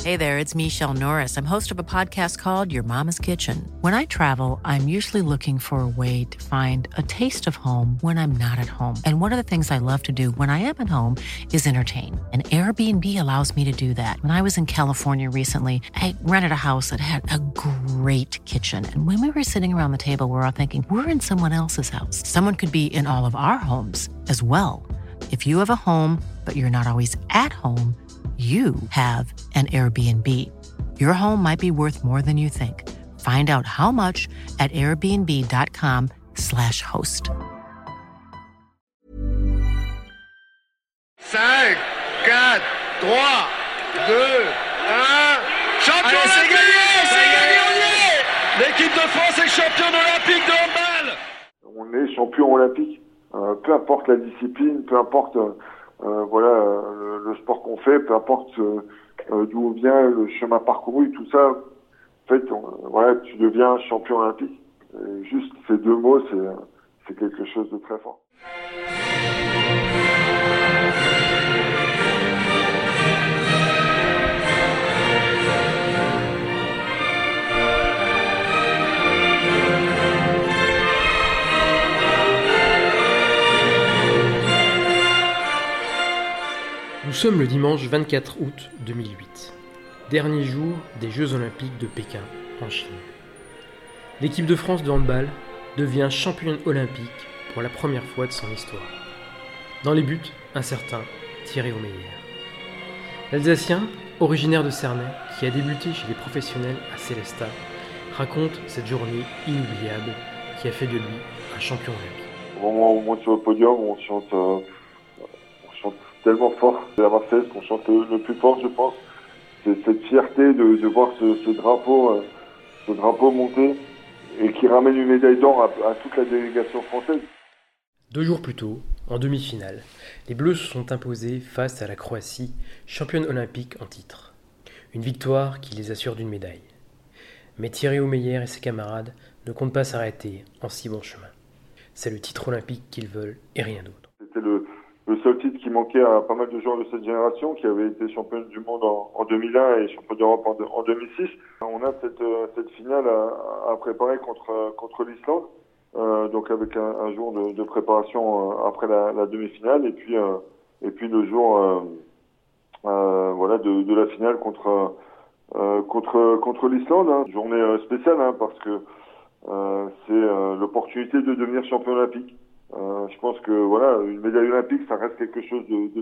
Hey there, it's Michelle Norris. I'm host of a podcast called Your Mama's Kitchen. When I travel, I'm usually looking for a way to find a taste of home when I'm not at home. And one of the things I love to do when I am at home is entertain. And Airbnb allows me to do that. When I was in California recently, I rented a house that had a great kitchen. And when we were sitting around the table, we were all thinking, we're in someone else's house. Someone could be in all of our homes as well. If you have a home, but you're not always at home, you have an Airbnb. Your home might be worth more than you think. Find out how much at airbnb.com/host. 5, 4, 3, 2, 1... Champion olympique! C'est gagné, on y est! L'équipe de France est championne olympique de handball! On est champion olympique. Peu importe la discipline, peu importe le sport qu'on fait, peu importe d'où on vient, le chemin parcouru, tout ça, en fait, tu deviens champion olympique. Et juste ces deux mots, c'est quelque chose de très fort. Nous sommes le dimanche 24 août 2008, dernier jour des Jeux Olympiques de Pékin, en Chine. L'équipe de France de handball devient championne olympique pour la première fois de son histoire. Dans les buts, un certain Thierry Omeyer. L'Alsacien, originaire de Cernay, qui a débuté chez les professionnels à Célestat, raconte cette journée inoubliable qui a fait de lui un champion olympique. Au moment où on monte sur le podium, on chante tellement fort. C'est la Marseillaise qu'on chante le plus fort, je pense. C'est cette fierté de voir ce drapeau monter et qui ramène une médaille d'or à toute la délégation française. 2 jours plus tôt, en demi-finale, les Bleus se sont imposés face à la Croatie, championne olympique en titre. Une victoire qui les assure d'une médaille. Mais Thierry Omeyer et ses camarades ne comptent pas s'arrêter en si bon chemin. C'est le titre olympique qu'ils veulent et rien d'autre. C'était le seul titre qui manquait à pas mal de joueurs de cette génération qui avaient été champion du monde en 2001 et champion d'Europe en 2006. On a cette finale à préparer contre l'Islande, donc avec un jour de préparation après la demi-finale et puis le jour de la finale contre l'Islande. Hein. Journée spéciale parce que c'est l'opportunité de devenir champion olympique. Je pense que une médaille olympique, ça reste quelque chose de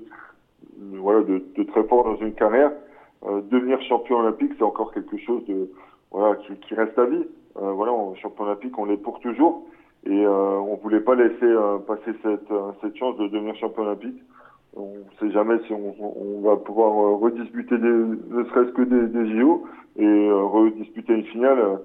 très fort dans une carrière. Devenir champion olympique, c'est encore quelque chose qui reste à vie. Champion olympique, on l'est pour toujours, et on voulait pas laisser passer cette chance de devenir champion olympique. On ne sait jamais si on va pouvoir redisputer ne serait-ce que des JO et redisputer une finale.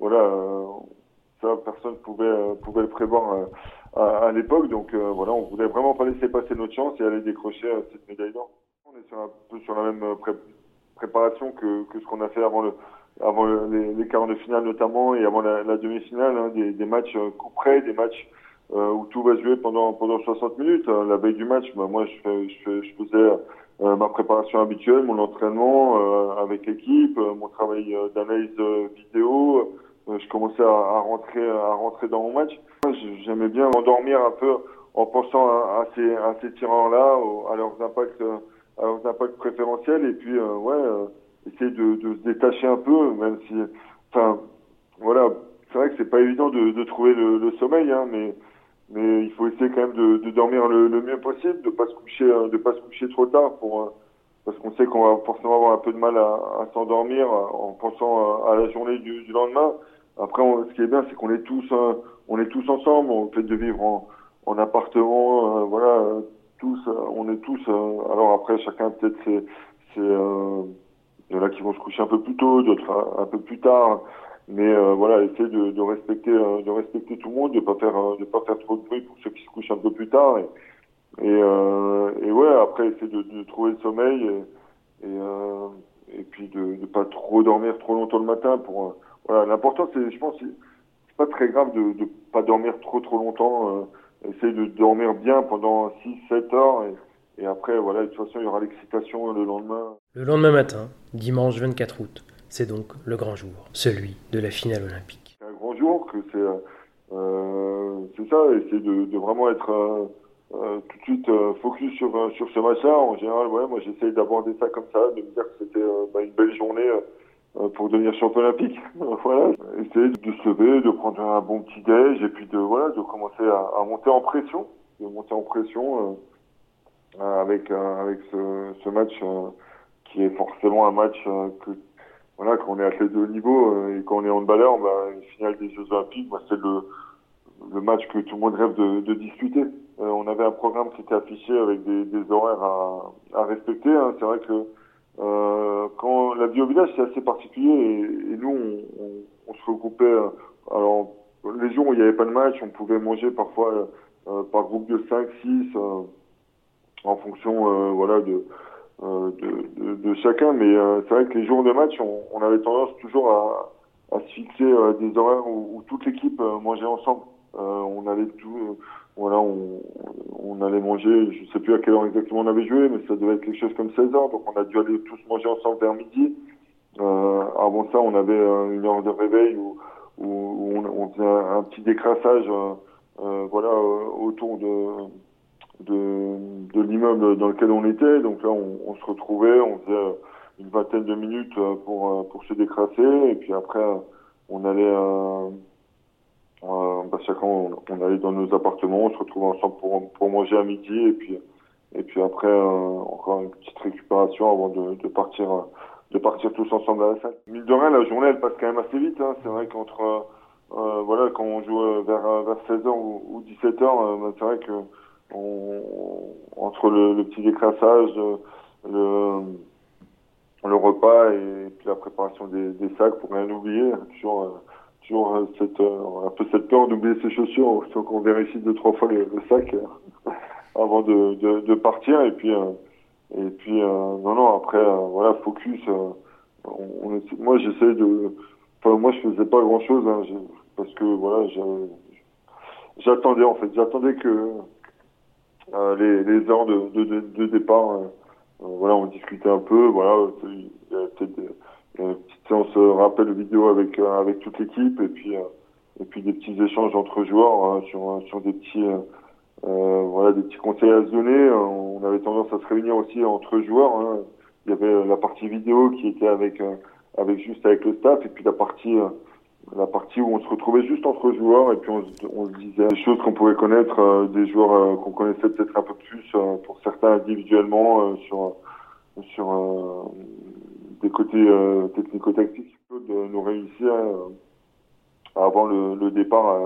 Ça, personne pouvait le prévoir à l'époque, donc on voulait vraiment pas laisser passer notre chance et aller décrocher cette médaille d'or. On est un peu sur la même préparation que ce qu'on a fait avant les quarts de finale notamment et avant la demi-finale, des matchs coup près, des matchs où tout va se jouer pendant 60 minutes. La veille du match, moi je faisais ma préparation habituelle, mon entraînement avec l'équipe, mon travail d'analyse vidéo. Je commençais à rentrer dans mon match. J'aimais bien m'endormir un peu en pensant à ces tireurs-là, à leurs impacts préférentiels, et puis essayer de se détacher un peu, même si, c'est vrai que c'est pas évident de trouver le sommeil, mais il faut essayer quand même de dormir le mieux possible, de pas se coucher trop tard parce qu'on sait qu'on va forcément avoir un peu de mal à s'endormir en pensant à la journée du lendemain. Après, ce qui est bien, c'est qu'on est tous ensemble. On fait de vivre en appartement, on est tous. Alors après, chacun peut-être il y en a qui vont se coucher un peu plus tôt, d'autres un peu plus tard. Mais essayer de respecter tout le monde, de pas faire trop de bruit pour ceux qui se couchent un peu plus tard. Après essayer de trouver le sommeil et puis de pas trop dormir trop longtemps le matin pour. L'important, je pense, c'est pas très grave de pas dormir trop longtemps. Essayer de dormir bien pendant 6-7 heures et après, de toute façon, il y aura l'excitation le lendemain. Le lendemain matin, Dimanche 24 août, c'est donc le grand jour, celui de la finale olympique. C'est un grand jour, que c'est ça, essayer de vraiment être tout de suite focus sur ce match-là. En général, ouais, moi j'essaye d'aborder ça comme ça, de me dire que c'était une belle journée pour devenir champion olympique. Voilà, essayer de se lever, de prendre un bon petit déj et puis de commencer à monter en pression, avec ce match qui est forcément un match quand on est athlète de haut niveau et quand on est handballeur, une finale des Jeux Olympiques, c'est le match que tout le monde rêve de disputer. On avait un programme qui était affiché avec des horaires à respecter. Hein. C'est vrai que quand la vie au village, c'est assez particulier et nous, on se regroupait. Alors, les jours où il n'y avait pas de match, on pouvait manger parfois par groupe de 5, 6, en fonction de chacun. Mais c'est vrai que les jours de match, on avait tendance toujours à se fixer des horaires où toute l'équipe mangeait ensemble. On allait on allait manger, je sais plus à quelle heure exactement on avait joué, mais ça devait être quelque chose comme 16 heures, donc on a dû aller tous manger ensemble vers midi. Avant ça, on avait une heure de réveil où on faisait un petit décrassage, autour de l'immeuble dans lequel on était. Donc là, on se retrouvait, on faisait une vingtaine de minutes pour se décrasser, et puis après, on allait chacun on allait dans nos appartements, on se retrouvait ensemble pour manger à midi, et puis après encore une petite récupération avant de partir tous ensemble à la salle. Mine de rien, la journée elle passe quand même assez vite, hein. C'est vrai qu'entre quand on joue vers 16h ou 17h, c'est vrai que entre le petit décrassage, le repas et puis la préparation des sacs, pour rien oublier, toujours un peu cette peur d'oublier ses chaussures, donc on vérifie 2-3 fois le sac avant de partir, et puis après focus. Moi j'essaie moi je faisais pas grand chose, hein, parce que j'attendais que les heures de départ, on discutait un peu, il y avait peut-être une petite séance rappel vidéo avec toute l'équipe, et puis des petits échanges entre joueurs sur des petits des petits conseils à se donner. On avait tendance à se réunir aussi entre joueurs, hein. Il y avait la partie vidéo qui était avec le staff, et puis la partie où on se retrouvait juste entre joueurs, et puis on se disait des choses qu'on pouvait connaître, des joueurs qu'on connaissait peut-être un peu plus, pour certains individuellement, sur des côtés technico-tactiques, de nous réussir avant le départ,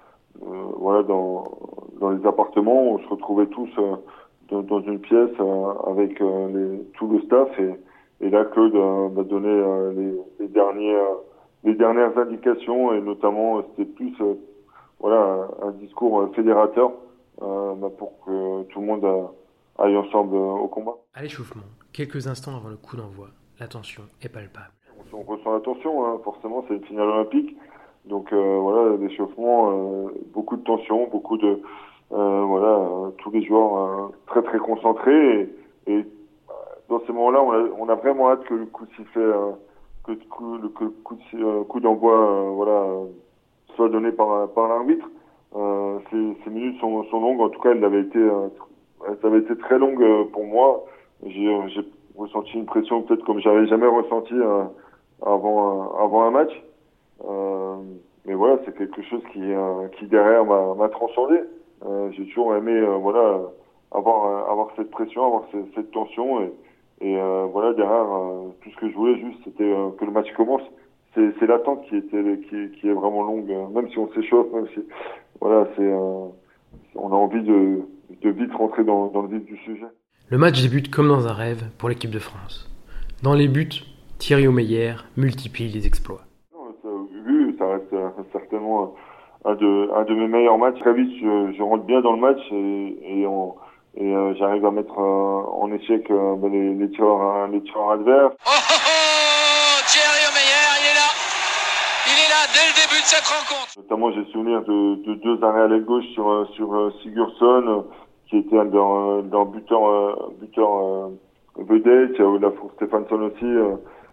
dans les appartements. On se retrouvait tous dans une pièce avec tout le staff, et là Claude donnait les dernières indications, et notamment c'était plus un discours fédérateur pour que tout le monde aille ensemble au combat. À l'échauffement, quelques instants avant le coup d'envoi, la tension est palpable. On ressent la tension, hein. Forcément c'est une finale olympique, donc l'échauffement, beaucoup de tension, beaucoup de tous les joueurs très très concentrés, et dans ces moments-là on a vraiment hâte que le coup de sifflet, que le coup d'envoi soit donné par l'arbitre. Ces minutes sont longues, en tout cas elles avaient été très longues pour moi. J'ai ressenti une pression peut-être comme j'avais jamais ressenti avant un match. Mais c'est quelque chose qui derrière m'a transcendé. J'ai toujours aimé avoir cette pression, avoir cette tension, et derrière tout ce que je voulais juste c'était que le match commence. C'est l'attente qui est vraiment longue, même si on s'échauffe, même si on a envie de vite rentrer dans le vif du sujet. Le match débute comme dans un rêve pour l'équipe de France. Dans les buts, Thierry Omeyer multiplie les exploits. Ça reste certainement un de mes meilleurs matchs. Très vite, je rentre bien dans le match, et j'arrive à mettre en échec les tireurs adverses. Thierry Omeyer, il est là dès le début de cette rencontre. Notamment, j'ai souvenir de 2 arrêts à l'aile gauche sur Sigurdsson, qui était un buteur vedette. Il y a Olafur Stefansson aussi,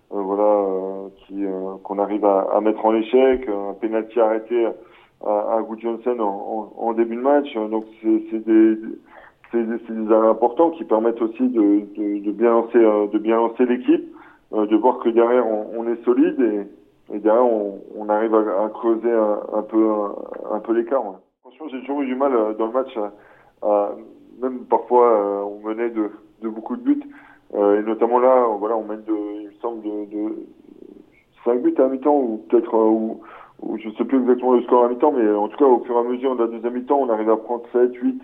qu'on arrive à mettre en échec, un penalty arrêté à Gudjohnsen en début de match. Donc c'est des arrêts importants qui permettent aussi de bien lancer l'équipe, de voir que derrière on est solide et derrière on arrive à creuser un peu l'écart. Ouais. Franchement, j'ai toujours eu du mal dans le match même parfois on menait de beaucoup de buts et notamment là on mène il me semble de 5 buts à la mi-temps ou peut-être ou je sais plus exactement le score à la mi-temps, mais en tout cas au fur et à mesure de la deuxième mi-temps on arrive à prendre 7, 8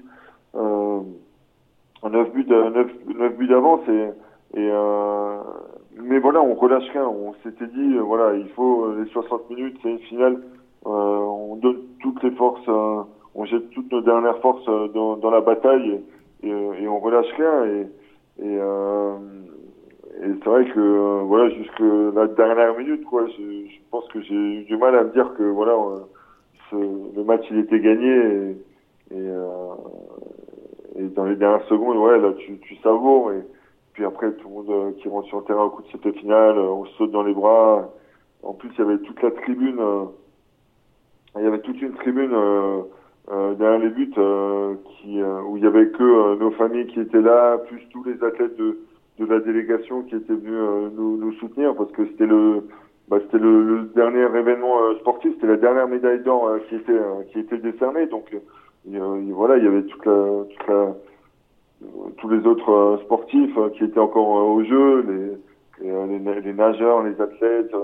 9 buts d'avance mais voilà, on relâche rien. On s'était dit il faut les 60 minutes, c'est une finale, on donne toutes les forces, on jette toutes nos dernières forces dans la bataille et on relâche rien et c'est vrai que jusque la dernière minute je pense que j'ai eu du mal à me dire que le match il était gagné et dans les dernières secondes là tu savoures et puis après tout le monde qui rentre sur le terrain au coup de cette finale, on se saute dans les bras. En plus il y avait toute la tribune, il y avait toute une tribune derrière les buts où il y avait que nos familles qui étaient là, plus tous les athlètes de la délégation qui étaient venus nous soutenir parce que c'était le dernier événement sportif, c'était la dernière médaille d'or qui était décernée. Donc il y avait tous les autres sportifs qui étaient encore au jeu, les nageurs, les athlètes,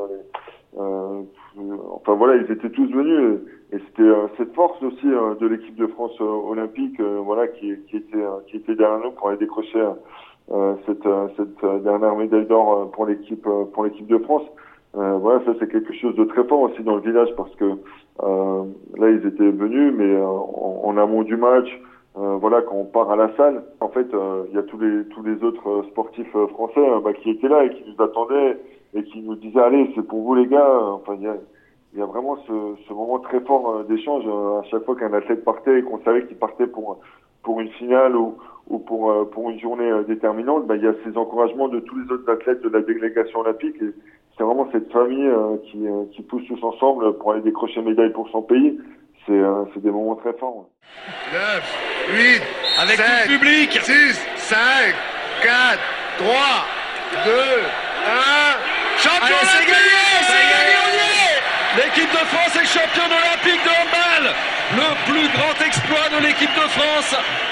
ils étaient tous venus et c'était cette force aussi de l'équipe de France olympique qui était derrière nous pour aller décrocher cette dernière médaille d'or pour l'équipe de France. Ça c'est quelque chose de très fort aussi dans le village parce que là ils étaient venus mais en amont du match. Quand on part à la salle, en fait, il y a tous les autres sportifs français qui étaient là et qui nous attendaient et qui nous disaient allez, c'est pour vous les gars. Il y a vraiment ce moment très fort d'échange à chaque fois qu'un athlète partait et qu'on savait qu'il partait pour une finale ou pour une journée déterminante. Il y a ces encouragements de tous les autres athlètes de la délégation olympique et c'est vraiment cette famille qui pousse tous ensemble pour aller décrocher médaille pour son pays. C'est des moments très forts. 9, 8, avec 7, tout le public. 6, 5, 4, 3, 2, 1. Champion olympique, c'est gagné, on y est. L'équipe de France est championne olympique de handball. Le plus grand exploit de l'équipe de France.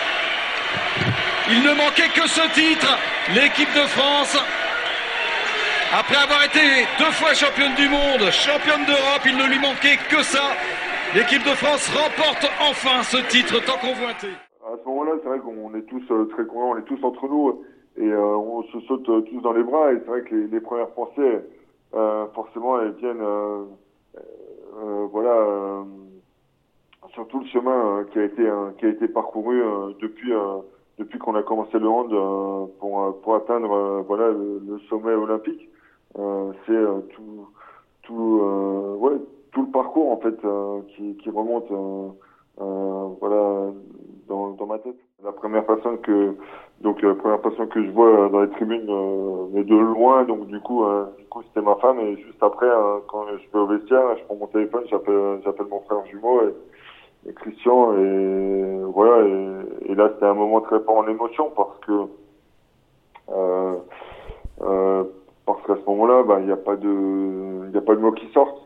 Il ne manquait que ce titre. L'équipe de France, après avoir été 2 fois championne du monde, championne d'Europe, il ne lui manquait que ça. L'équipe de France remporte enfin ce titre tant convoité. À ce moment-là, c'est vrai qu'on est tous très contents, on est tous entre nous et on se saute tous dans les bras. Et c'est vrai que les premières pensées, forcément, elles viennent, sur tout le chemin qui a été parcouru depuis qu'on a commencé le hand pour atteindre le sommet olympique. C'est tout le parcours en fait qui remonte dans ma tête. La première personne que je vois dans les tribunes mais de loin, donc du coup c'était ma femme et juste après quand je vais au vestiaire, je prends mon téléphone, j'appelle mon frère jumeau et Christian et là c'était un moment très fort en émotion parce qu'à ce moment-là il y a pas de mots qui sortent.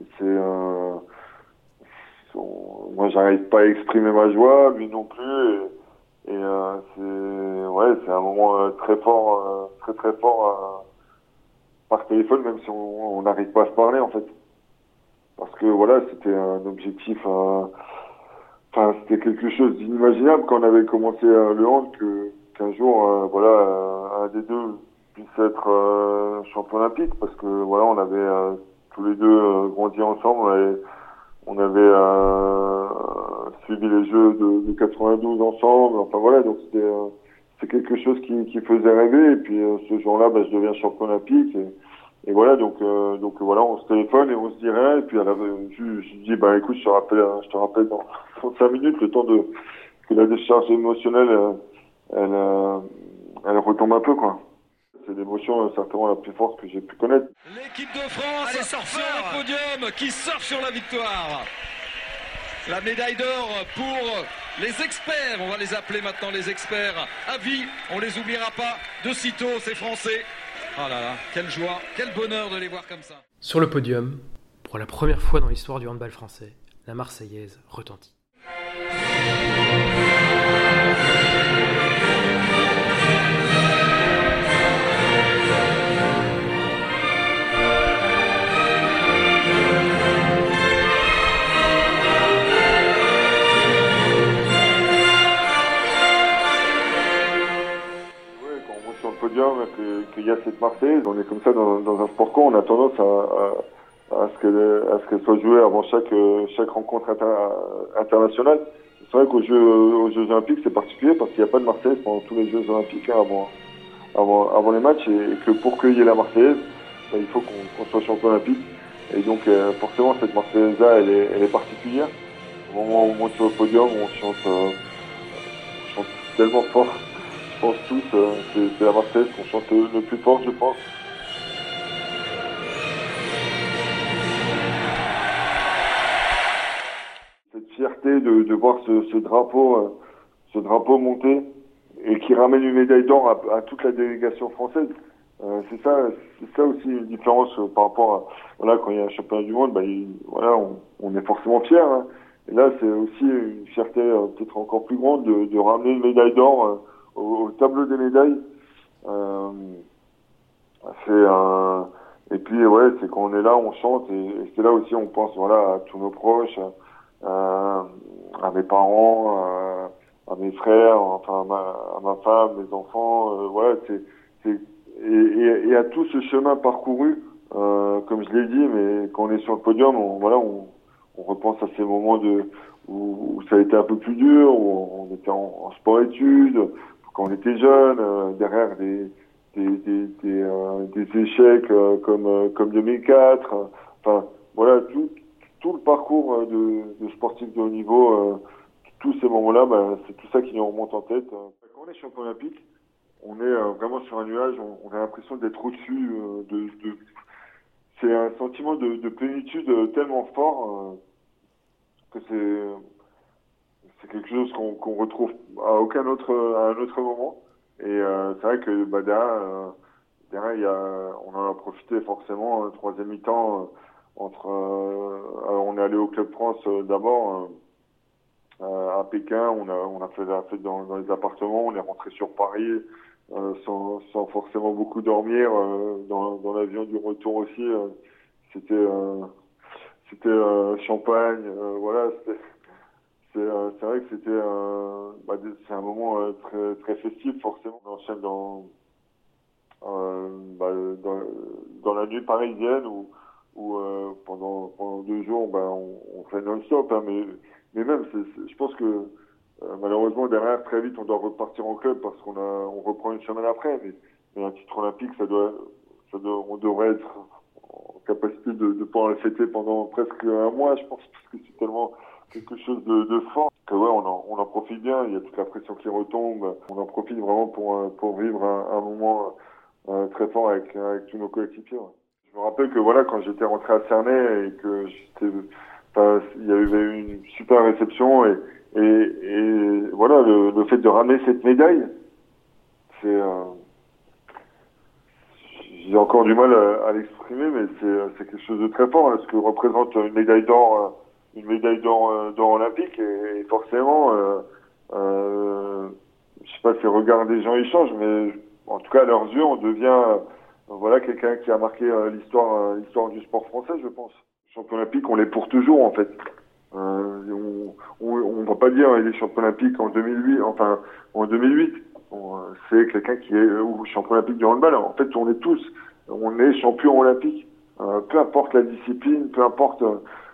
Moi j'arrive pas à exprimer ma joie, lui non plus et c'est un moment très fort, très fort par téléphone, même si on n'arrive pas à se parler en fait, parce que c'était un objectif, c'était quelque chose d'inimaginable quand on avait commencé le hand qu'un jour un des deux puisse être champion olympique, parce que on avait tous les deux grandi ensemble et on avait suivi les Jeux de 92 ensemble. Donc c'est quelque chose qui faisait rêver. Et puis ce jour-là, je deviens champion olympique. Et on se téléphone et on se dit rien. Et puis je dis écoute, je te rappelle dans 35 minutes, le temps que la décharge émotionnelle elle retombe un peu quoi. c'est l'émotion certainement la plus forte que j'ai pu connaître. L'équipe de France sur le podium qui surfe sur la victoire. La médaille d'or pour les experts, on va les appeler maintenant les experts à vie, on les oubliera pas de sitôt, ces Français. Oh là là, quelle joie, quel bonheur de les voir comme ça. Sur le podium, pour la première fois dans l'histoire du handball français, la Marseillaise retentit. Podium, qu'il y a cette Marseillaise, on est comme ça dans un sport co, on a tendance à ce qu'elle soit jouée avant chaque rencontre internationale. C'est vrai qu'aux Jeux Olympiques c'est particulier parce qu'il n'y a pas de Marseillaise pendant tous les Jeux Olympiques avant les matchs et que pour qu'il y ait la Marseillaise, il faut qu'on soit champion olympique et donc forcément cette Marseillaise là elle est particulière. Au moment où on monte sur le podium on chante tellement fort. Je pense tous, c'est la Marseillaise qu'on chante le plus fort, je pense. Cette fierté de voir ce drapeau monter et qui ramène une médaille d'or à toute la délégation française. C'est ça aussi une différence par rapport à quand il y a un championnat du monde, on est forcément fiers. Hein. Et là, c'est aussi une fierté peut-être encore plus grande de ramener une médaille d'or. Au tableau des médailles, et puis c'est quand on est là, on chante et c'est là aussi on pense à tous nos proches, à mes parents, à mes frères, enfin à ma femme, mes enfants, et à tout ce chemin parcouru, comme je l'ai dit, mais quand on est sur le podium, on repense à ces moments où ça a été un peu plus dur, où on était en sport-études. Quand on était jeune, derrière des échecs comme 2004, tout le parcours de sportif de haut niveau, tous ces moments-là, c'est tout ça qui nous remonte en tête. Quand on est champion olympique, on est vraiment sur un nuage, on a l'impression d'être au-dessus. C'est un sentiment de plénitude tellement fort que c'est quelque chose qu'on retrouve à un autre moment. Et c'est vrai que derrière on en a profité forcément. Troisième mi-temps, on est allé au Club France d'abord à Pékin. On a fait la fête dans les appartements. On est rentré sur Paris sans forcément beaucoup dormir. Dans l'avion du retour aussi, c'était champagne. C'est vrai que c'est un moment très très festif forcément. On enchaîne dans la nuit parisienne où pendant 2 jours on fait non-stop. Hein, mais même je pense que malheureusement derrière très vite on doit repartir en club parce on reprend une semaine après. Mais un titre olympique on devrait être en capacité de pouvoir le fêter pendant presque un mois, je pense, parce que c'est tellement quelque chose de fort que on en profite bien. Il y a toute la pression qui retombe, on en profite vraiment pour vivre un moment très fort avec tous nos coéquipiers. Je me rappelle que quand j'étais rentré à Cernay et que il y avait eu une super réception et le fait de ramener cette médaille, j'ai encore du mal à l'exprimer, mais c'est quelque chose de très fort, ce que représente une médaille d'or olympique et forcément je sais pas si le regard des gens y change, mais en tout cas à leurs yeux on devient quelqu'un qui a marqué l'histoire du sport français, je pense. Champion olympique, on l'est pour toujours en fait. On va pas dire il est champion olympique en 2008, en 2008. C'est quelqu'un qui est champion olympique du handball. En fait, on est champion olympique. Peu importe la discipline, peu importe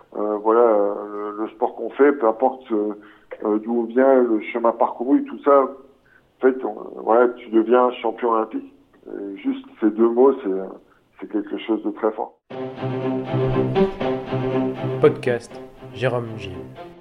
le sport qu'on fait, peu importe d'où on vient, le chemin parcouru, tout ça. En fait, tu deviens champion olympique. Et juste ces 2 mots, c'est quelque chose de très fort. Podcast Jérôme Gilles.